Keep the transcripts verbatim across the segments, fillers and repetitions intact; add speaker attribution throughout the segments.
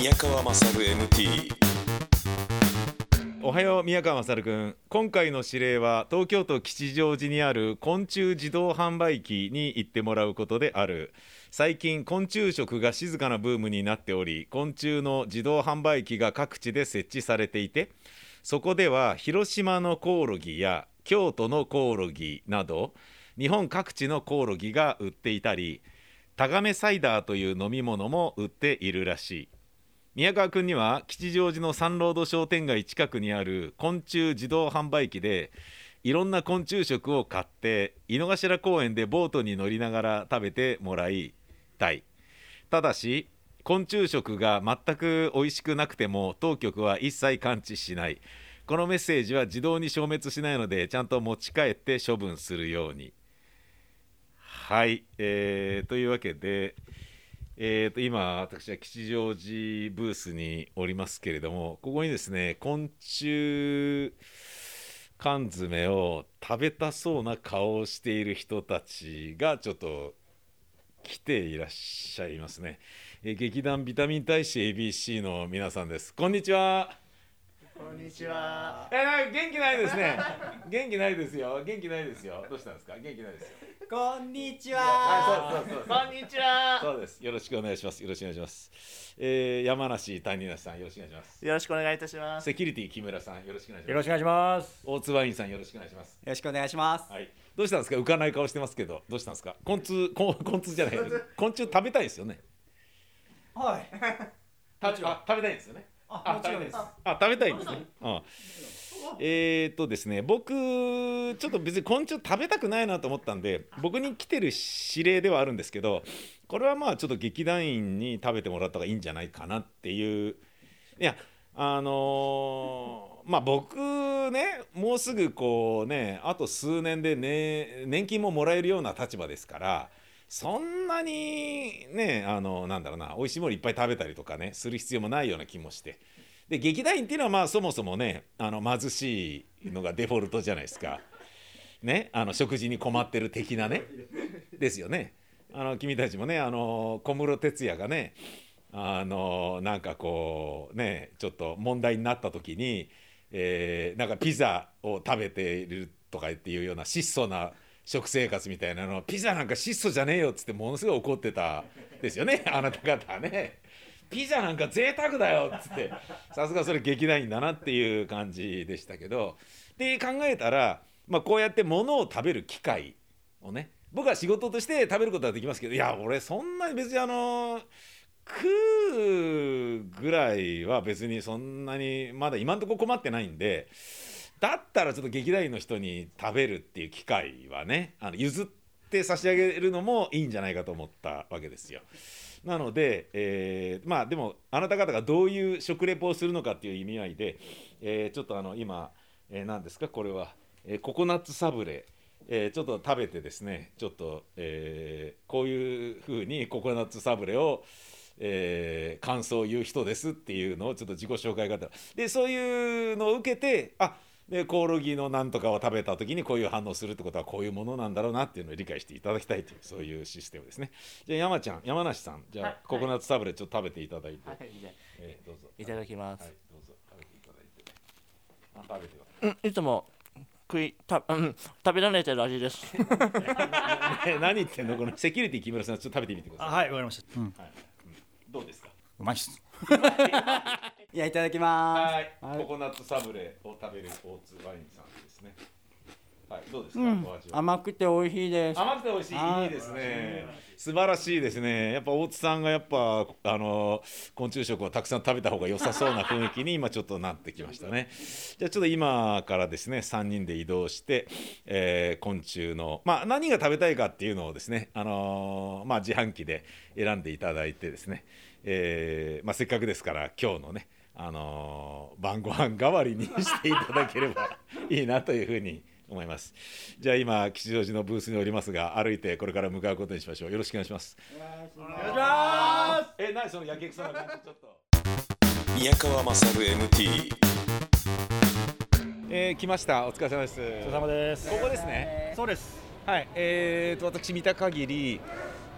Speaker 1: 宮川勝 エムティー。
Speaker 2: おはよう宮川勝くん。今回の指令は東京都吉祥寺にある昆虫自動販売機に行ってもらうことである。最近昆虫食が静かなブームになっており、昆虫の自動販売機が各地で設置されていて、そこでは広島のコオロギや京都のコオロギなど日本各地のコオロギが売っていたり、タガメサイダーという飲み物も売っているらしい。宮川くんには吉祥寺のサンロード商店街近くにある昆虫自動販売機でいろんな昆虫食を買って井の頭公園でボートに乗りながら食べてもらいたい。ただし昆虫食が全く美味しくなくても当局は一切感知しない。このメッセージは自動に消滅しないのでちゃんと持ち帰って処分するように。はい、えー、というわけでえー、と今私は吉祥寺ブースにおりますけれども、ここにですね昆虫缶詰を食べたそうな顔をしている人たちがちょっと来ていらっしゃいますね。えー、劇団ビタミン大使 エービーシー の皆さんです。こんにちは。
Speaker 3: こんにちは。
Speaker 2: えー、元気ないですね。元気ないですよ。元気ないですよ。どうしたんですか。元気ないですよ。
Speaker 3: こんにち
Speaker 2: は
Speaker 3: は。
Speaker 2: い、そうそうそうそう。
Speaker 3: こんにちは。
Speaker 2: そうです。よろしくお願いします。よろしくお願いします。えー、山梨谷梨さんよろしくお願いします。
Speaker 3: よろしくお願いいたします。
Speaker 2: セキュリティ木村さんよろしくお願いします。
Speaker 4: よろしくお願いします。
Speaker 2: 大津ワインさんよろしくお願いします。
Speaker 3: よろしくお願いします。
Speaker 2: はい。どうしたんですか。浮かない顔してますけど、どうしたんですか。昆虫、昆虫じゃない。昆虫食べたいですよね。
Speaker 3: はい。
Speaker 2: たあ食べたいんですよね。
Speaker 3: あ、もちろんです。
Speaker 2: あ、食べたいんですね。あえーっとですね、僕ちょっと別に昆虫食べたくないなと思ったんで、僕に来てる指令ではあるんですけど、これはまあちょっと劇団員に食べてもらった方がいいんじゃないかなっていう。いやあのー、まあ僕ねもうすぐこうねあと数年でね年金ももらえるような立場ですから、そんなにねあのなんだろうな美味しいものいっぱい食べたりとかねする必要もないような気もして。で劇団員っていうのはまあそもそもねあの貧しいのがデフォルトじゃないですか。ね、あの食事に困ってる的なねですよね。あの君たちもねあの小室哲哉がねあのなんかこうねちょっと問題になった時に、えー、なんかピザを食べているとかっていうような質素な食生活みたいなの、ピザなんか質素じゃねえよっつってものすごい怒ってたですよねあなた方はね。ピザなんか贅沢だよっつって、さすがそれ劇団員だなっていう感じでしたけど、で考えたら、まあ、こうやって物を食べる機会をね僕は仕事として食べることはできますけど、いや俺そんなに別にあの食うぐらいは別にそんなにまだ今んとこ困ってないんで、だったらちょっと劇団員の人に食べるっていう機会はねあの譲って差し上げるのもいいんじゃないかと思ったわけですよ。なので、えー、まあでもあなた方がどういう食レポをするのかっていう意味合いで、えー、ちょっとあの今、えー、何ですかこれは、えー、ココナッツサブレ、えー、ちょっと食べてですねちょっと、えー、こういうふうにココナッツサブレを、えー、感想を言う人ですっていうのをちょっと自己紹介型でそういうのを受けて、あでコオロギのなんとかを食べた時にこういう反応するってことはこういうものなんだろうなっていうのを理解していただきたいというそういうシステムですね。じゃあ山ちゃん山梨さんじゃあ、はい、ココナッツサブレちょっと食べていただいて、はいえー、どうぞ
Speaker 3: いただきます。
Speaker 2: はい、どうぞ食べていただいて、あ食べてください。
Speaker 3: うん、いつも食いた、うん、食べられてる味です。
Speaker 2: 何言ってんのこのセキュリティ木村さんちょっと食べてみてください。
Speaker 4: あはいわかりました、うん
Speaker 2: はいうん、どうですか。
Speaker 4: うまいっす。
Speaker 3: いやいただきます。
Speaker 2: はい、はい、ココナッツサブレを食べる大津ワインさんですね。はい、どうですか、
Speaker 3: うん、
Speaker 2: お味は。
Speaker 3: 甘くて美味しいです。
Speaker 2: 甘くて美味しい、いいですね。素晴らしいですね。やっぱ大津さんがやっぱあの昆虫食をたくさん食べた方が良さそうな雰囲気に今ちょっとなってきましたね。じゃあちょっと今からですねさんにんで移動して、えー、昆虫のまあ何が食べたいかっていうのをですねあのー、まあ自販機で選んでいただいてですね、えーまあ、せっかくですから今日のねあのー、晩ご飯代わりにしていただければいいなというふうに思います。じゃあ今吉祥寺のブースにおりますが歩いてこれから向かうことにしましょう。よろしくお願いします。
Speaker 3: お願いします。
Speaker 2: え、何そのやけくそな感じちょっと。
Speaker 1: 宮川勝 エムティー。
Speaker 2: えー、来ました。お疲れ様です。お
Speaker 4: 疲れ様です。
Speaker 2: ここですね。
Speaker 4: そうです。
Speaker 2: はい。えーと私見た限り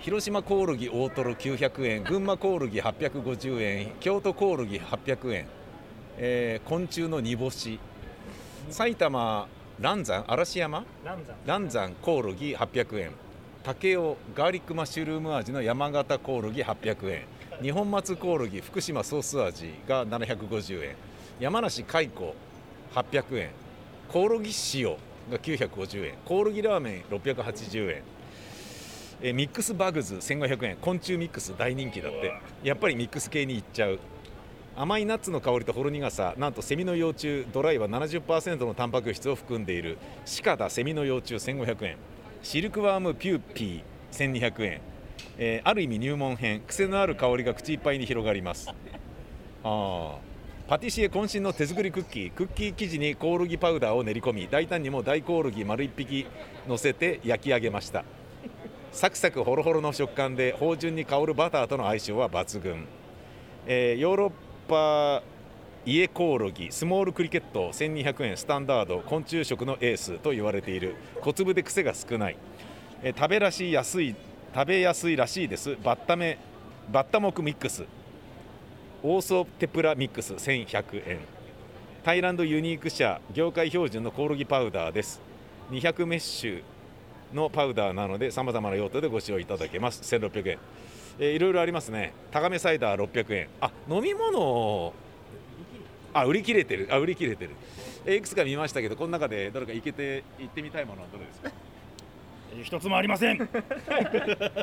Speaker 2: 広島コオロギ大トロきゅうひゃくえん、群馬コオロギはっぴゃくごじゅうえん、京都コオロギはっぴゃくえん、えー、昆虫の煮干し、埼玉嵐山嵐山嵐山コオロギはっぴゃくえん、武雄ガーリックマッシュルーム味の山形コオロギはっぴゃくえん、日本松コオロギ福島ソース味がななひゃくごじゅうえん、山梨海湖はっぴゃくえん、コオロギ塩がきゅうひゃくごじゅうえん、コオロギラーメンろっぴゃくはちじゅうえん、えー、ミックスバグズせんごひゃくえん、昆虫ミックス大人気だって。やっぱりミックス系にいっちゃう。甘いナッツの香りとほろ苦さ、なんとセミの幼虫ドライは ななじゅっパーセント のタンパク質を含んでいる鹿田セミの幼虫せんごひゃくえん、シルクワームピューピーせんにひゃくえん、えー、ある意味入門編、癖のある香りが口いっぱいに広がります。あパティシエ渾身の手作りクッキー、クッキー生地にコオロギパウダーを練り込み、大胆にも大コオロギ丸いっぴき乗せて焼き上げました。サクサクホロホロの食感で芳醇に香るバターとの相性は抜群、えー、ヨーロッパ家コオロギスモールクリケットせんにひゃくえん、スタンダード昆虫食のエースと言われている。小粒で癖が少ない、えー、食べらしい安い食べやすいらしいです。バッタメバッタモクミックスオーソテプラミックスせんひゃくえん、タイランドユニーク社業界標準のコオロギパウダーです。にひゃくメッシュのパウダーなのでさまざまな用途でご使用いただけます。せんろっぴゃくえん、えー、いろいろありますね。タガメサイダーろっぴゃくえん、あ飲み物あ売り切れてるあ売り切れてる、えー、いくつか見ましたけど、この中でどれか行けて行ってみたいものはどれですか？
Speaker 4: 一つもありません。
Speaker 2: 山梨さんどれ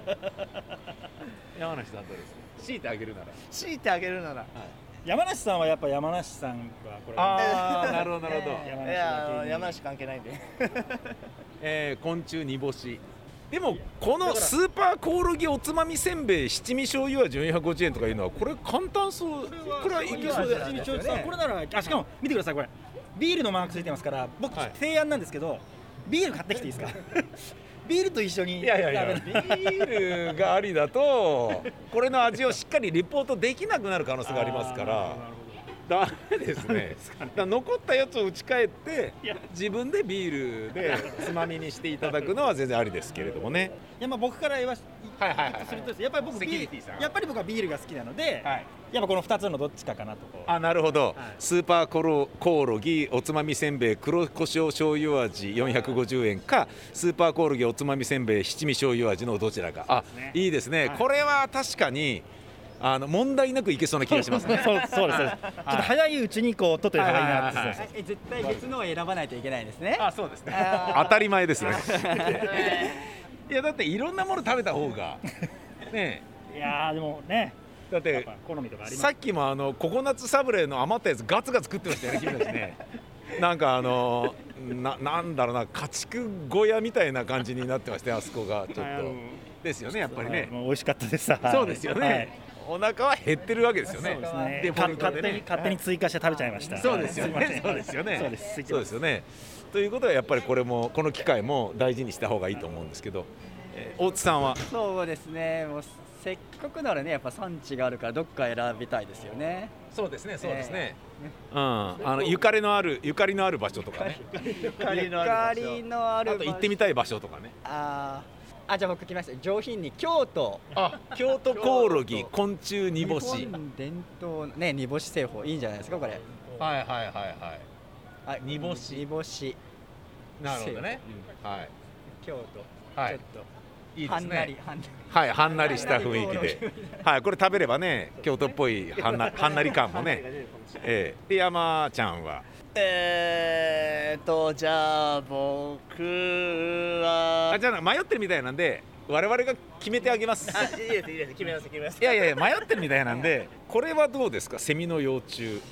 Speaker 2: ですか？強いてあげるなら
Speaker 3: 強いてあげるなら、はい、
Speaker 4: 山梨さんはやっぱ山梨さんはこれ、
Speaker 2: ああなるほどなるほど、
Speaker 3: えー、いや山梨関係ないんで、
Speaker 2: えー、昆虫煮干し。でもこのスーパーコオロギおつまみせんべい七味醤油味よんひゃくごじゅうえんとかいうのは、これ簡単そう。これはいけそうじゃないですか。
Speaker 4: これなら、あしかも見てください、これビールのマークついてますから、僕、はい、提案なんですけど、ビール買ってきていいですか？ビールと一緒に。
Speaker 2: いやいやいやビールがありだとこれの味をしっかりリポートできなくなる可能性がありますから、ダメですね。だ残ったやつを打ち返って自分でビールでつまみにしていただくのは全然ありですけれどもね。
Speaker 4: いやまあ僕から言わするとです、やっぱり僕ビールやっぱり僕はビールが好きなので、はい、やっぱこのふたつのどっちかかなとこう。
Speaker 2: あなるほど、はい、スーパーコロコオロギおつまみせんべい黒胡椒醤油味よんひゃくごじゅうえんか、スーパーコオロギおつまみせんべい七味醤油味のどちらか。あ、ね、いいですね、はい、これは確かにあの問題なくいけそうな気がしますね。
Speaker 4: そうそうです。ちょっと早いうちにこう取っておいた方がいいなって、はいはいはい、
Speaker 3: え絶対別のを選ばないといけないですね。
Speaker 2: あそうですね。当たり前ですね。いやだっていろんなもの食べた方がね。
Speaker 4: いやでもね。
Speaker 2: だって好みとかあります。さっきもあのココナッツサブレの余ったやつガツガツ食ってましたよね、君たちね。なんかあのななんだろうな家畜小屋みたいな感じになってましたよ、あそこがちょっとですよね、やっぱりね。
Speaker 4: もう美味しかったです。
Speaker 2: そうですよね。はい、お腹は減ってるわけですよね。
Speaker 4: そうですね。で勝手に勝手に追加して食べちゃいました。
Speaker 2: そうですよね。そうですよね。
Speaker 4: そうです。
Speaker 2: そうですよね。ということはやっぱりこれもこの機会も大事にした方がいいと思うんですけど、えー、大津さんは。
Speaker 3: そうですね。もうせっかくならねやっぱ産地があるからどっか選びたいですよね。
Speaker 2: そうですね。そうですね。えー、うん。あのゆかりのあるゆかりのある場所とかね。
Speaker 3: ゆかりのある場所。あ
Speaker 2: と行ってみたい場所とかね。
Speaker 3: ああ。あじゃあ僕来ました。上品に京都。
Speaker 2: あ京都コオロギ昆虫煮干し。
Speaker 3: 日本伝統ね煮干し製法いいんじゃないですかこれ。
Speaker 2: はいはいはいはい。
Speaker 3: あ煮干し煮干し。
Speaker 2: なるほどね。うん、はい。
Speaker 3: 京都。はい。ちょっと。いいですね、はんなりはんなり
Speaker 2: はいはんなりした雰囲気で、はいこれ食べればね京都っぽいはんなはんなり感もね。えー、で山ちゃんは。
Speaker 3: えーとじゃあ僕は
Speaker 2: あじゃあ迷ってるみたいなんで我々が決めてあげます。
Speaker 3: あいいですいいです決めます決めます。
Speaker 2: いやいやいや迷ってるみたいなんでこれはどうですか？セミの幼虫。セミの幼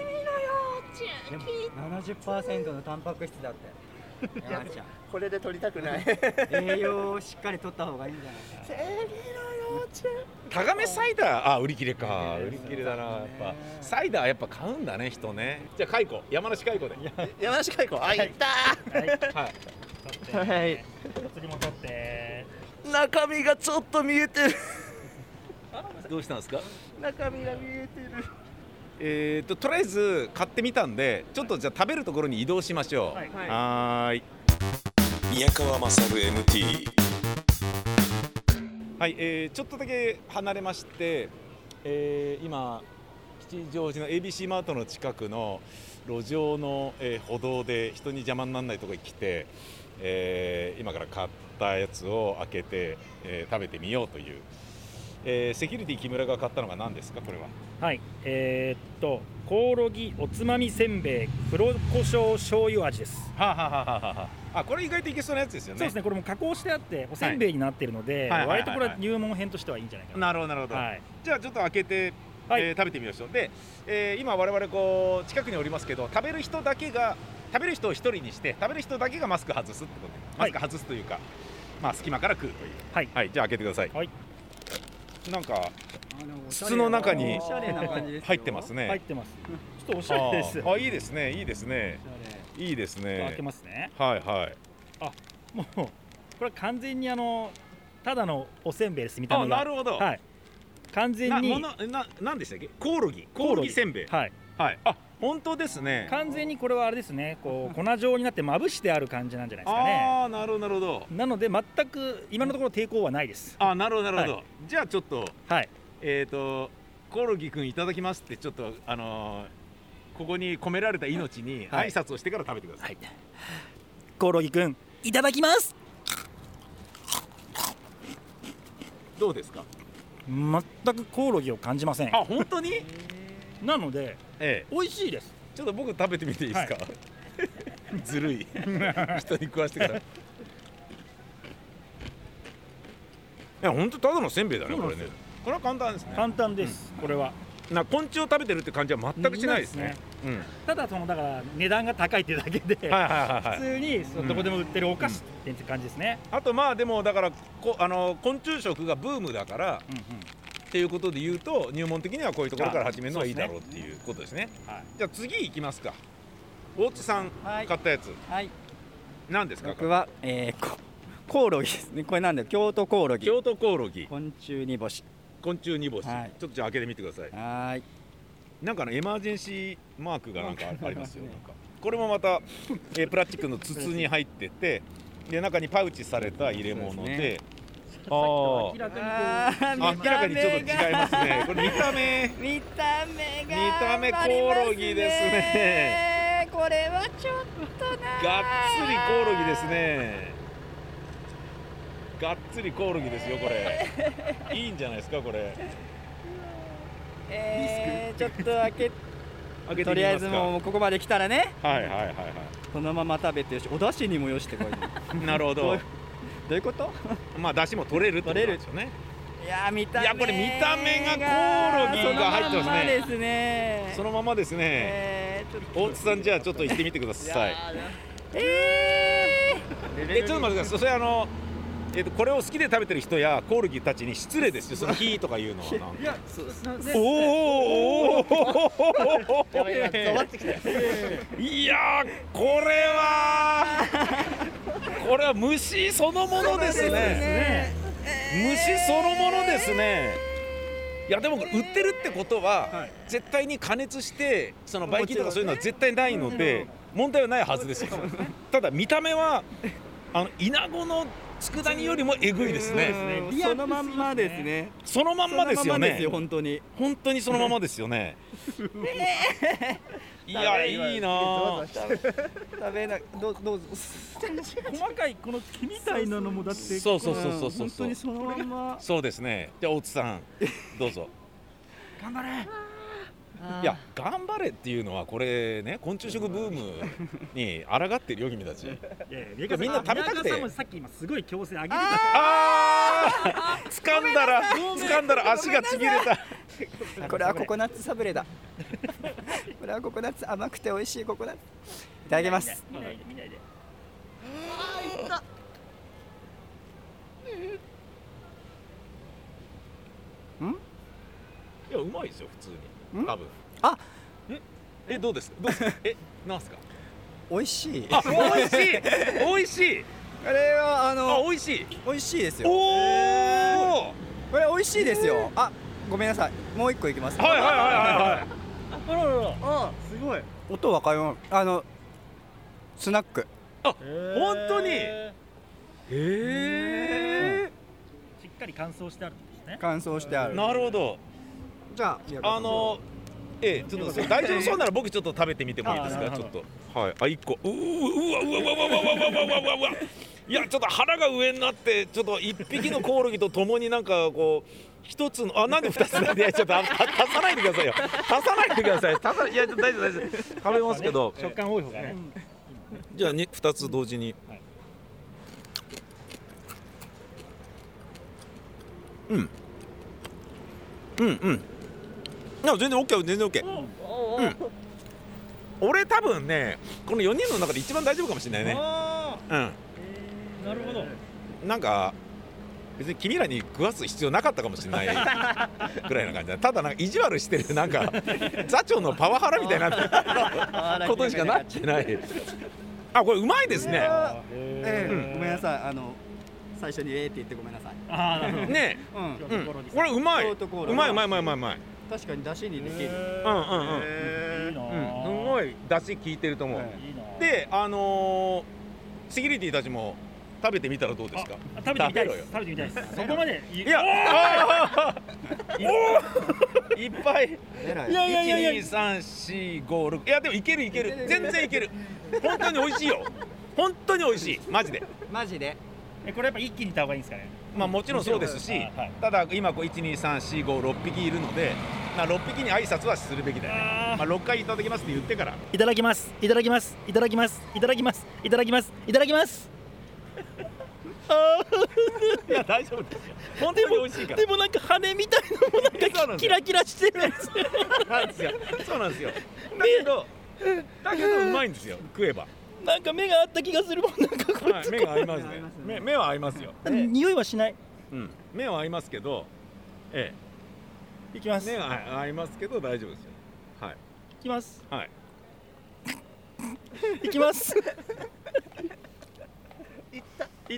Speaker 3: 虫。ななじゅっパーセントのタンパク質だって。山ちゃんこれで取りたくない。栄養をしっかり取った方がいいんじゃないかな。セミの幼虫。
Speaker 2: タガメサイダーあ売り切れか売り切れだなやっぱサイダーやっぱ買うんだね人ね。じゃあ蚕山梨蚕で
Speaker 3: 山梨蚕あいったー
Speaker 4: はいはい次も取って
Speaker 3: 中身がちょっと見えてる。
Speaker 2: どうしたんですか？
Speaker 3: 中身が見えてる。
Speaker 2: えーととりあえず買ってみたんでちょっとじゃあ食べるところに移動しましょう。はい、はーい。
Speaker 1: 宮川勝 エムティー
Speaker 2: はい、えー、ちょっとだけ離れまして、えー、今吉祥寺の エービーシー マートの近くの路上の、えー、歩道で人に邪魔にならないところに来て、えー、今から買ったやつを開けて、えー、食べてみようという、えー、セキュリティ木村が買ったのが何ですかこれは。
Speaker 4: はい、えー、っとコオロギおつまみせんべい黒胡椒醤油味です。
Speaker 2: はあ、はあはははあ、これ意外といけそうなやつですよね。
Speaker 4: そうですね、これも加工してあっておせんべいになっているので、はい、割とこれは入門編としてはいいんじゃないかな。
Speaker 2: なるほどなるほど、はい、じゃあちょっと開けて、
Speaker 4: はい、
Speaker 2: えー、食べてみましょう。で、えー、今我々こう近くにおりますけど、食べる人だけが食べる人を一人にして食べる人だけがマスク外すってことで、マスク外すというか、はい、まあ隙間から食うという。はい、はい、じゃあ開けてください。はい、なんか筒の中に入ってますね。
Speaker 4: 入ってます。ちょっとおしゃれです。
Speaker 2: あ、いいですね、いいですね。いいですね。
Speaker 4: 開けますね。
Speaker 2: はいはい。
Speaker 4: あ、もうこれは完全にあのただのおせんべいです。見た目が。
Speaker 2: あ、なるほど。
Speaker 4: はい。完全に。
Speaker 2: な、な、なんでしたっけ？コオロギ。コオロギせんべい。
Speaker 4: はい。
Speaker 2: はい。あ、本当ですね。
Speaker 4: 完全にこれはあれですね。こう粉状になってまぶしてある感じなんじゃないですかね。
Speaker 2: ああ、なるほどなるほど。
Speaker 4: なので全く今のところ抵抗はないです。
Speaker 2: あ、なるほどなるほど。はい、じゃあちょっと。
Speaker 4: はい。
Speaker 2: えっとコオロギくんいただきますってちょっとあのー、ここに込められた命に挨拶をしてから食べてください。はい、
Speaker 4: コオロギくんいただきます。
Speaker 2: どうですか？
Speaker 4: 全くコオロギを感じません。
Speaker 2: あ、本当に？
Speaker 4: なので、ええ、美味しいです。
Speaker 2: ちょっと僕食べてみていいですか？はい、ずるい人に食わしてから。いや本当ただのせんべいだねこれね。これは簡単ですね。
Speaker 4: 簡単です、うん、これは
Speaker 2: な昆虫を食べてるって感じは全くしないですね。
Speaker 4: うん、ただそのだから値段が高いっていうだけで普通にそのどこでも売ってるお菓子って感じですね。
Speaker 2: うん、あとまあでもだからこあの昆虫食がブームだから、うんうん、っていうことで言うと入門的にはこういうところから始めるのがいいだろうっていうことですね。はい、じゃあ次いきますか。大津さん、はい、買ったやつ、はい、何ですか？
Speaker 3: 僕は、えー、コオロギですね。これなんだよ、京都コオロギ。
Speaker 2: 京都コオロギ。
Speaker 3: 昆虫煮干し。
Speaker 2: 昆虫煮干し、はい、ちょっとじゃあ開けてみてください。
Speaker 3: はい。
Speaker 2: なんかのエマージェンシーマークがなんかありますよ。なんかこれもまた、えー、プラスチックの筒に入ってて、で中にパウチされた入れ物で、でね、ああ明らかにちょっと違いますね。これ見た目
Speaker 5: 見た目が
Speaker 2: 見た目コオロギですね。
Speaker 5: これはちょっとな。
Speaker 2: がっつりコオロギですね。がっつりコオロギですよこれ。いいんじゃないですかこれ。
Speaker 3: えー、ちょっと開け開けとりあえずもうここまで来たらね。
Speaker 2: はいはいはいはい。
Speaker 3: このまま食べてよし、お出汁にもよしてこ
Speaker 2: い。なるほど。
Speaker 3: どういうこと？
Speaker 2: まあ出汁も取れるってことですよね。
Speaker 3: いや見た目
Speaker 2: いやこれ見た目がコオロギが入ってますね。
Speaker 3: そのままですね。
Speaker 2: そのままですね。えー、大津さんじゃあちょっと行ってみてください。
Speaker 3: え
Speaker 2: ー、えちょっと待ってください。それあの。えー、とこれを好きで食べてる人やコオロギたちに失礼ですよ。その火とかいうのはなんか。いや、おおおお。いやこれはこれは虫そのものですね。虫そのものですね。いやでもこれ売ってるってことは絶対に加熱してそのばい菌とかそういうのは絶対ないので問題はないはずですよ。ただ見た目はあのイナゴの佃煮よりもえぐいですね。
Speaker 3: そのまんまですね。
Speaker 2: そのまんまですよね。
Speaker 3: 本当に
Speaker 2: 本当にそのままですよね。いやいいな。
Speaker 3: 食べなどうどうぞ。
Speaker 4: 細かいこの木みたいなのもだって。
Speaker 2: そうそうそうそうそう。
Speaker 3: 本当にそのまんま。
Speaker 2: そうですね。じゃあ大津さんどうぞ。
Speaker 3: 頑張れ。
Speaker 2: いや頑張れっていうのはこれね昆虫食ブームに抗ってるよ君たち。いやいやみんな食べたくて。
Speaker 4: さんもさっき今すごい強制上げてた。
Speaker 2: ああ掴んだら掴んだら足がちぎれた。
Speaker 3: これはココナッツサブレだ。これはココナッツ甘くて美味しいココナッツ。いただきます。
Speaker 4: 見ないで見ないで。
Speaker 5: ああいった。
Speaker 3: うん？い
Speaker 2: やうまいですよ普通に。多分
Speaker 3: あ
Speaker 2: ええどうですかどうですかえなんすか
Speaker 3: 美味しい
Speaker 2: あ美味しい美味しい
Speaker 3: これはあの
Speaker 2: あ美味しい
Speaker 3: 美味しいですよ。
Speaker 2: おお
Speaker 3: これ美味しいですよ。あごめんなさいもう一個いきます。
Speaker 2: はいはいはいはいはい
Speaker 4: あらららあすごい
Speaker 3: 音わかります。あのスナック
Speaker 2: あ本当にへえ
Speaker 4: かり乾燥してあるんですね。
Speaker 3: 乾燥してある。
Speaker 2: なるほど。
Speaker 3: じゃあ
Speaker 2: あのええ、ちょっと大丈夫そうなら僕ちょっと食べてみてもいいですか。ちょっとはい。あ、一個うううわうわうわうわうわうわうわうわ。いやちょっと腹が上になってちょっと一匹のコオロギとともになんかこう一つのあなんで二つなんでいやちょっと足さないでくださいよ。足さないでください。足さいやちょっと大丈夫大丈夫。食べますけど。
Speaker 4: 食感多い方がね。
Speaker 2: じゃあに二つ同時に。うんうんうん。いや全然 OK 全然 OK。うん。俺多分ねこのよにんの中で一番大丈夫かもしれないね。うん。
Speaker 4: なるほど。
Speaker 2: なんか別に君らに食わす必要なかったかもしれないぐらいな感じだ。ただなんか意地悪してるなんか座長のパワハラみたいなことにしかなってない。あこれうまいですね。
Speaker 3: ええ、ごめんなさいあの最初にええって言ってごめんなさい。
Speaker 4: ああなるほど。
Speaker 2: ねえ。うん。これうまい。うまいうまいうまいうまいうまい。
Speaker 3: 確かに出汁にできる。
Speaker 2: うんうんうん。
Speaker 4: いいな。
Speaker 2: すごい出汁効いてると思う。であのセキュリティたちも食べてみたらどうですか。
Speaker 4: 食べてみたいです。食べてみたいです。そこまで
Speaker 2: いやおいっぱいいやいやいやいちにさんしごろくいやでもいけるいける全然いける本当に美味しいよ本当に美味しいマジで
Speaker 3: マジで
Speaker 4: えこれやっぱ一気にいった方がいいんですかね。
Speaker 2: まあもちろんそうですし、ただ今こういちにさんしごろっぴきいるのでろっぴきに挨拶はするべきだよね。まあろっかいいただきますって言ってから
Speaker 4: いただきますいただきますいただきますいただきますいただきますいただきます
Speaker 2: いや大丈夫ですよ本当に美味しいから。
Speaker 4: でもなんか羽みたいなもなんかキラキラしてるんですよ。
Speaker 2: なんですよそうなんですよ。だけどだけどうまいんですよ食えば。
Speaker 4: なんか目が合った気がするもんなんかこれ、
Speaker 2: はい、目が合いますね。目目は合いますよ。
Speaker 4: 匂いはしない。
Speaker 2: うん、目は合いますけど、え
Speaker 4: え、いきます。
Speaker 2: 目が合いますけど大丈夫ですよ。はい。い
Speaker 4: きます。
Speaker 2: はい。
Speaker 4: いきます。
Speaker 2: いったいった。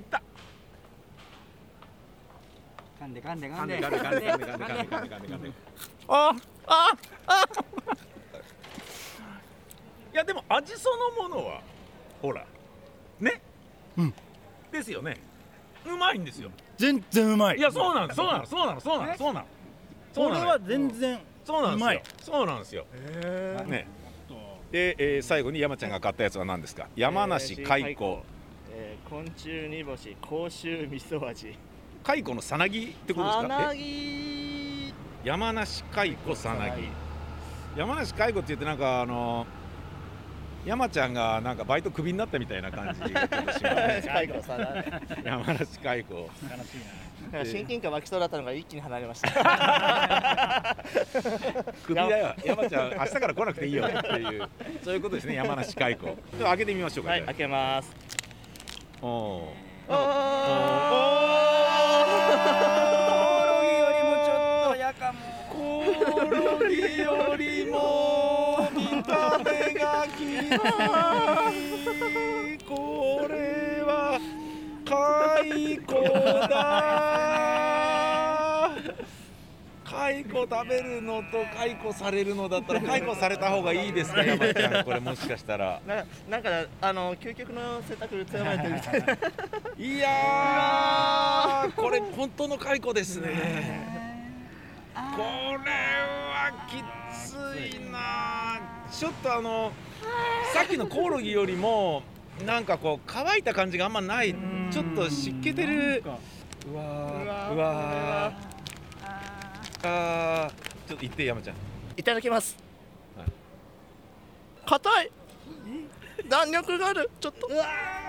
Speaker 3: 噛んで噛んで噛んで
Speaker 2: 噛んで噛んで噛んで噛んで噛んで噛んで噛んで噛んで。
Speaker 4: あああ。
Speaker 2: いやでも味そのものはほらね、うん、ですよね。うまいんですよ。
Speaker 4: 全然うまい。
Speaker 2: いやそうなのそうなのそうなのそうなのそうなの。
Speaker 4: これは全然
Speaker 2: そうなんですよ。そうなんですよ。ね。で、えー、最後に山ちゃんが買ったやつは何ですか。山梨蚕、
Speaker 6: えー、昆虫煮干し甲州味噌味。
Speaker 2: 蚕のさなぎってことですか。
Speaker 6: さなぎ。
Speaker 2: 山梨蚕さなぎ。山梨蚕って言ってなんかあのー。山ちゃんがなんかバイトクビになったみたいな感じがちょっとしますね。山梨蚕。
Speaker 6: 親近感湧きそうだったのが一気に離れました。
Speaker 2: クビだよ。山ちゃん明日から来なくていいよっていうそういうことですね。山梨蚕。ちょっと開けてみましょうか。
Speaker 6: はい、開けます。
Speaker 2: おお。
Speaker 3: コオロギよりもちょっとやかも。
Speaker 2: コオロギよりも見た目がきれい。これは蚕だ。蚕食べるのと蚕されるのだったら蚕された方がいいですか山ちゃん。これもしかしたら
Speaker 6: な, なんかあの究極の選択強まれてるみたいな。
Speaker 2: いやーこれ本当の蚕ですね。これはきついな。ちょっとあのさっきのコオロギよりもなんかこう乾いた感じがあんまない。ちょっと湿気てる。うわーうわーあーちょっと言って山ちゃん。
Speaker 6: いただきます。硬、はい、い弾力がある。ちょっとうわ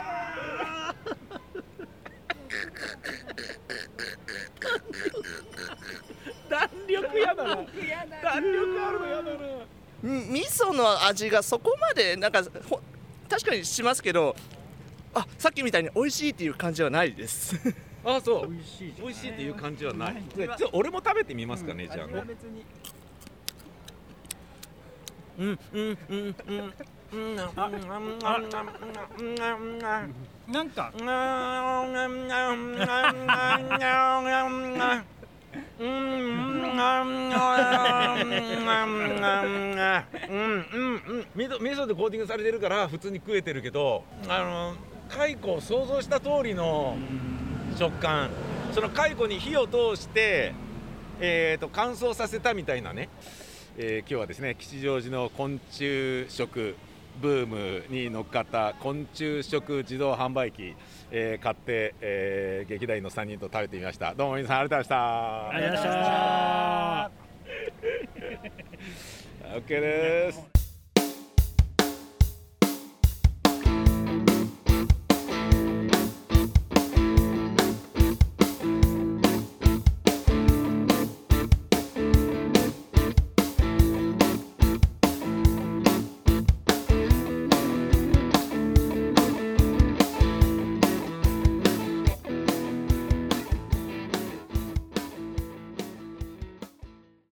Speaker 2: 弾力やだな。弾力あるのやだな。
Speaker 6: 味噌の味がそこまでなんかほ確かにしますけど、あさっきみたいに美味しいっていう感じはないです。
Speaker 2: あそう美味しい美味しいっていう感じはない。ちょっと俺も食べてみますかね、うん、じゃあね。うんうんうんうんうんなんかうんうん味噌でコーティングされてるから普通に食えてるけど、あの蚕を想像した通りの食感。ちその蚕に火を通して、えー、と乾燥させたみたいなね、えー、今日はですね吉祥寺の昆虫食ブームに乗っかった昆虫食自動販売機、えー、買って、えー、劇団員のさんにんと食べてみました。どうも皆さんありがとうございました。
Speaker 4: ありがとうございました。
Speaker 2: OK です。